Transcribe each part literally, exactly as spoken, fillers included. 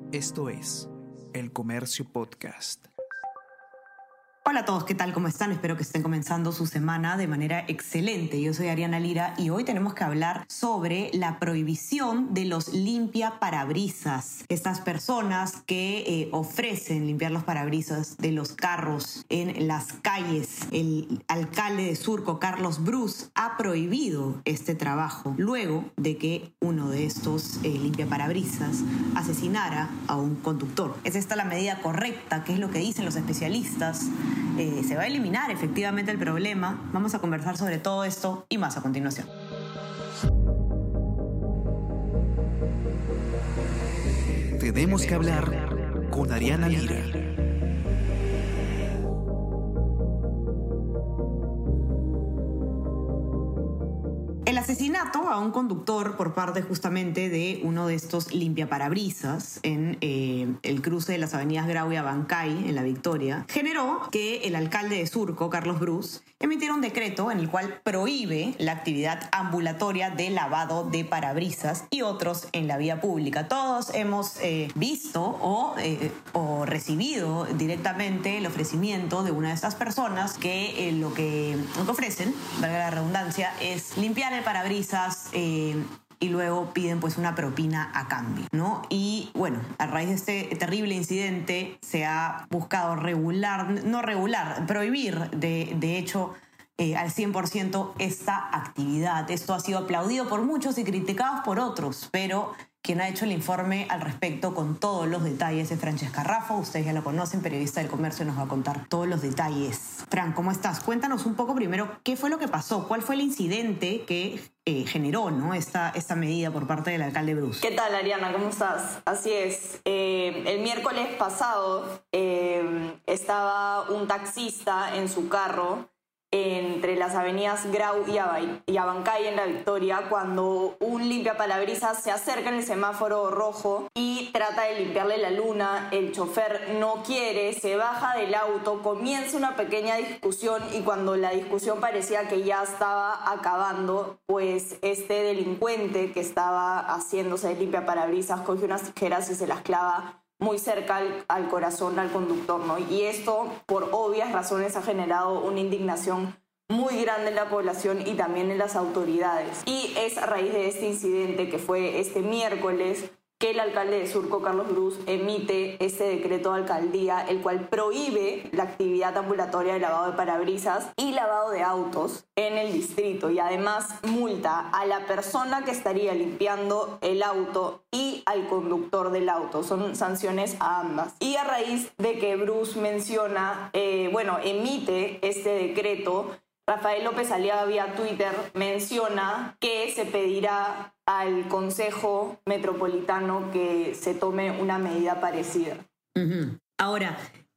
Esto es El Comercio Podcast. Hola a todos, ¿qué tal? ¿Cómo están? Espero que estén comenzando su semana de manera excelente. Yo soy Ariana Lira y hoy tenemos que hablar sobre la prohibición de los limpiaparabrisas. Estas personas que eh, ofrecen limpiar los parabrisas de los carros en las calles. El alcalde de Surco, Carlos Brus, ha prohibido este trabajo luego de que uno de estos eh, limpiaparabrisas asesinara a un conductor. ¿Es esta la medida correcta? ¿Qué es lo que dicen los especialistas? Eh, ¿Se va a eliminar efectivamente el problema? Vamos a conversar sobre todo esto y más a continuación. Tenemos que hablar con Ariana Lira. El asesinato a un conductor por parte justamente de uno de estos limpiaparabrisas en eh, el cruce de las avenidas Grau y Abancay, en La Victoria, generó que el alcalde de Surco, Carlos Brus, emitiera un decreto en el cual prohíbe la actividad ambulatoria de lavado de parabrisas y otros en la vía pública. Todos hemos eh, visto o, eh, o recibido directamente el ofrecimiento de una de estas personas que eh, lo, que lo que ofrecen, valga la redundancia, es limpiar el parabrisas eh, y luego piden pues una propina a cambio, ¿no? Y bueno, a raíz de este terrible incidente se ha buscado regular, no regular, prohibir de, de hecho eh, al cien por ciento esta actividad. Esto ha sido aplaudido por muchos y criticado por otros, pero quien ha hecho el informe al respecto con todos los detalles es Francesca Raffo. Ustedes ya lo conocen, periodista del comercio, nos va a contar todos los detalles. Fran, ¿cómo estás? Cuéntanos un poco primero qué fue lo que pasó, cuál fue el incidente que eh, generó, ¿no? esta, esta medida por parte del alcalde Brus. ¿Qué tal, Ariana? ¿Cómo estás? Así es. Eh, el miércoles pasado eh, estaba un taxista en su carro entre las avenidas Grau y Abancay en La Victoria, cuando un limpiaparabrisas se acerca en el semáforo rojo y trata de limpiarle la luna. El chofer no quiere, se baja del auto, comienza una pequeña discusión y cuando la discusión parecía que ya estaba acabando, pues este delincuente que estaba haciéndose de limpiaparabrisas coge unas tijeras y se las clava muy cerca al, al corazón al conductor, ¿no? Y esto, por obvias razones, ha generado una indignación muy grande en la población y también en las autoridades. Y es a raíz de este incidente, que fue este miércoles, que el alcalde de Surco, Carlos Brus, emite este decreto de alcaldía, el cual prohíbe la actividad ambulatoria de lavado de parabrisas y lavado de autos en el distrito, y además multa a la persona que estaría limpiando el auto y al conductor del auto. Son sanciones a ambas. Y a raíz de que Brus menciona, eh, bueno, emite este decreto, Rafael López Aliaga vía Twitter menciona que se pedirá al Consejo Metropolitano que se tome una medida parecida. Uh-huh. Ahora,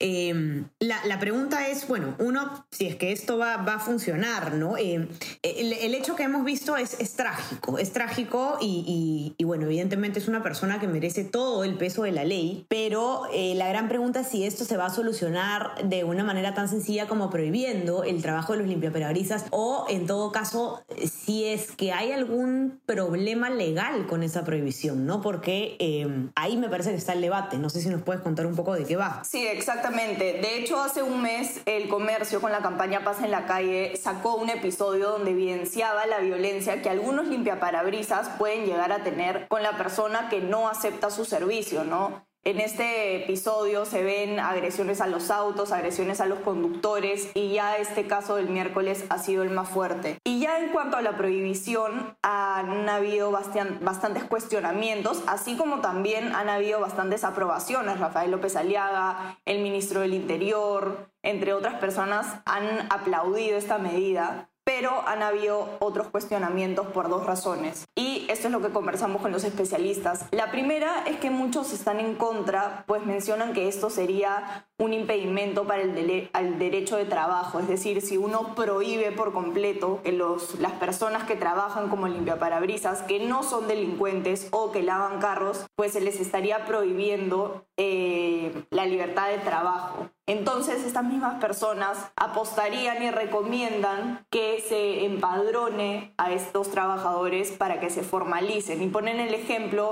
eh, la, la pregunta es, bueno, uno, si es que esto va, va a funcionar, ¿no? Eh, el, el hecho que hemos visto es, es trágico, es trágico y, y, y, bueno, evidentemente es una persona que merece todo el peso de la ley, pero eh, la gran pregunta es si esto se va a solucionar de una manera tan sencilla como prohibiendo el trabajo de los limpiaparabrisas, o en todo caso, si es que hay algún problema legal con esa prohibición, ¿no? Porque eh, ahí me parece que está el debate. No sé si nos puedes contar un poco de qué va. Sí, exactamente. De hecho, hace un mes el comercio, con la campaña Paz en la Calle, sacó un episodio donde evidenciaba la violencia que algunos limpiaparabrisas pueden llegar a tener con la persona que no acepta su servicio, ¿no? En este episodio se ven agresiones a los autos, agresiones a los conductores, y ya este caso del miércoles ha sido el más fuerte. Y ya en cuanto a la prohibición, han habido bastantes cuestionamientos, así como también han habido bastantes aprobaciones. Rafael López Aliaga, el ministro del Interior, entre otras personas, han aplaudido esta medida. Pero han habido otros cuestionamientos por dos razones. Y esto es lo que conversamos con los especialistas. La primera es que muchos están en contra, pues mencionan que esto sería un impedimento para el, dele- el derecho de trabajo. Es decir, si uno prohíbe por completo que los, las personas que trabajan como limpiaparabrisas, que no son delincuentes o que lavan carros, pues se les estaría prohibiendo eh, la libertad de trabajo. Entonces estas mismas personas apostarían y recomiendan que se empadrone a estos trabajadores para que se formalicen. Y ponen el ejemplo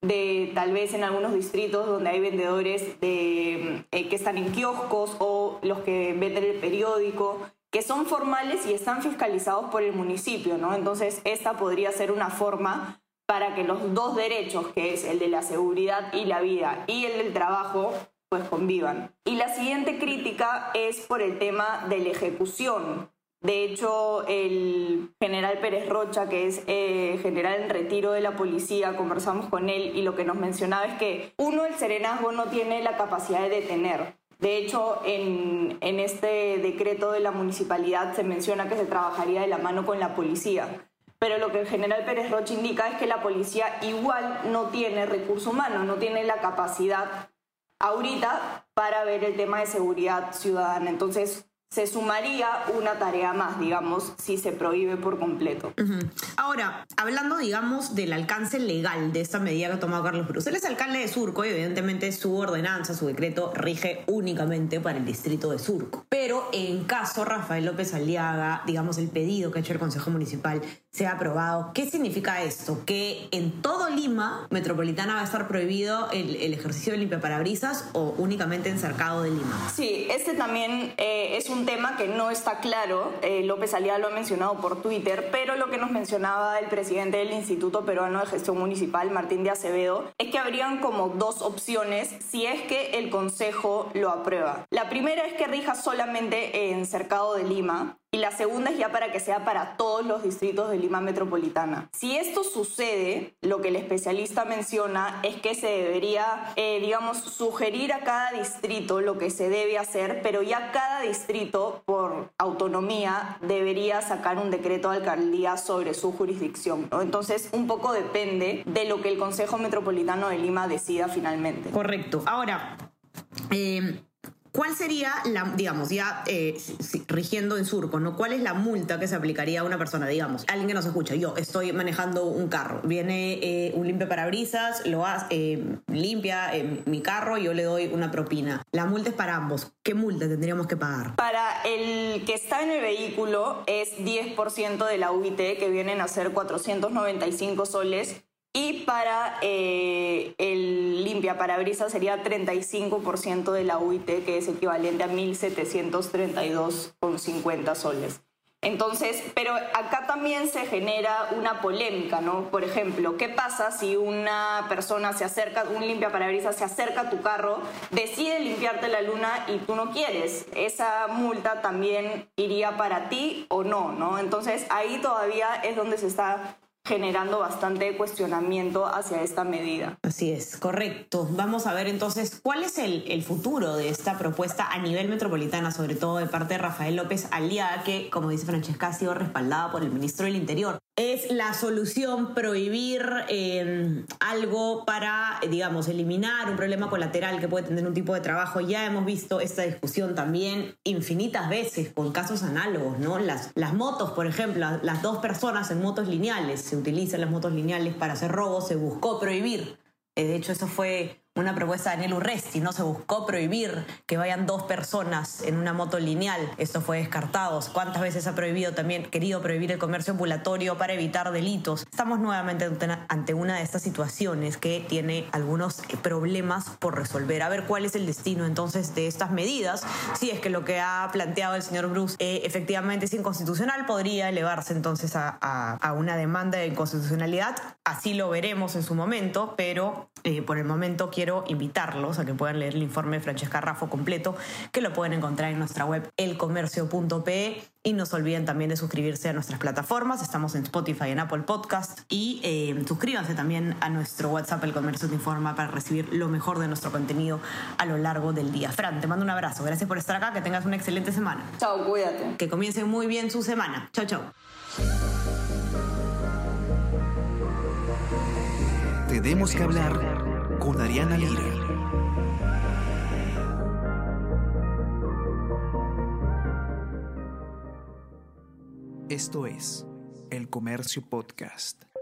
de tal vez en algunos distritos donde hay vendedores de, eh, que están en kioscos o los que venden el periódico, que son formales y están fiscalizados por el municipio, ¿no? Entonces, esta podría ser una forma para que los dos derechos, que es el de la seguridad y la vida y el del trabajo, pues convivan. Y la siguiente crítica es por el tema de la ejecución. De hecho, el general Pérez Rocha, que es eh, general en retiro de la policía, conversamos con él y lo que nos mencionaba es que, uno, el serenazgo no tiene la capacidad de detener. De hecho, en, en este decreto de la municipalidad se menciona que se trabajaría de la mano con la policía. Pero lo que el general Pérez Rocha indica es que la policía igual no tiene recurso humano, no tiene la capacidad ahorita para ver el tema de seguridad ciudadana. Entonces, se sumaría una tarea más, digamos, si se prohíbe por completo. Uh-huh. Ahora, hablando, digamos, del alcance legal de esta medida que ha tomado Carlos Cruz. Él es alcalde de Surco y evidentemente su ordenanza, su decreto, rige únicamente para el distrito de Surco. Pero en caso Rafael López Aliaga, digamos, el pedido que ha hecho el Consejo Municipal sea aprobado, ¿qué significa esto? ¿Que en todo Lima metropolitana va a estar prohibido el, el ejercicio de limpiaparabrisas o únicamente en Cercado de Lima? Sí, este también eh, es un tema que no está claro. Eh, López Aliaga lo ha mencionado por Twitter, pero lo que nos mencionaba el presidente del Instituto Peruano de Gestión Municipal, Martín de Acevedo, es que habrían como dos opciones si es que el Consejo lo aprueba. La primera es que rija solamente en Cercado de Lima, y la segunda es ya para que sea para todos los distritos de Lima metropolitana. Si esto sucede, lo que el especialista menciona es que se debería, eh, digamos, sugerir a cada distrito lo que se debe hacer, pero ya cada distrito, por autonomía, debería sacar un decreto de alcaldía sobre su jurisdicción, ¿no? Entonces, un poco depende de lo que el Consejo Metropolitano de Lima decida finalmente. Correcto. Ahora, eh... ¿cuál sería, la, digamos, ya eh, rigiendo en Surco, ¿no? ¿Cuál es la multa que se aplicaría a una persona? Digamos, alguien que nos escucha, yo estoy manejando un carro, viene eh, un limpiaparabrisas, lo hace, eh, limpia eh, mi carro, yo le doy una propina. La multa es para ambos. ¿Qué multa tendríamos que pagar? Para el que está en el vehículo es diez por ciento de la U I T, que vienen a ser cuatrocientos noventa y cinco soles. Y para eh, el limpiaparabrisas sería treinta y cinco por ciento de la U I T, que es equivalente a mil setecientos treinta y dos con cincuenta soles. Entonces, pero acá también se genera una polémica, ¿no? Por ejemplo, ¿qué pasa si una persona se acerca, un limpiaparabrisas se acerca a tu carro, decide limpiarte la luna y tú no quieres? Esa multa también iría para ti o no, ¿no? Entonces, ahí todavía es donde se está generando bastante cuestionamiento hacia esta medida. Así es, correcto. Vamos a ver entonces cuál es el, el futuro de esta propuesta a nivel metropolitana, sobre todo de parte de Rafael López Aliaga, que, como dice Francesca, ha sido respaldada por el ministro del Interior. ¿Es la solución prohibir eh, algo para, digamos, eliminar un problema colateral que puede tener un tipo de trabajo? Ya hemos visto esta discusión también infinitas veces con casos análogos, ¿no? Las, las motos, por ejemplo, las dos personas en motos lineales, se utilizan las motos lineales para hacer robos, se buscó prohibir. De hecho, eso fue una propuesta de Daniel Urresti, ¿no? Se buscó prohibir que vayan dos personas en una moto lineal. Esto fue descartado. ¿Cuántas veces ha prohibido también, querido prohibir el comercio ambulatorio para evitar delitos? Estamos nuevamente ante una de estas situaciones que tiene algunos problemas por resolver. A ver cuál es el destino entonces de estas medidas. Si es que lo que ha planteado el señor Bruce eh, efectivamente es inconstitucional, podría elevarse entonces a, a, a una demanda de inconstitucionalidad. Así lo veremos en su momento, pero eh, por el momento quiero Quiero invitarlos a que puedan leer el informe de Francesca Raffo completo, que lo pueden encontrar en nuestra web el comercio punto pe. Y no se olviden también de suscribirse a nuestras plataformas. Estamos en Spotify, en Apple Podcast. Y eh, suscríbanse también a nuestro WhatsApp, El Comercio Te Informa, para recibir lo mejor de nuestro contenido a lo largo del día. Fran, te mando un abrazo. Gracias por estar acá. Que tengas una excelente semana. Chao, cuídate. Que comience muy bien su semana. Chao, chao. Tenemos que hablar con Ariana Lira. Esto es El Comercio Podcast.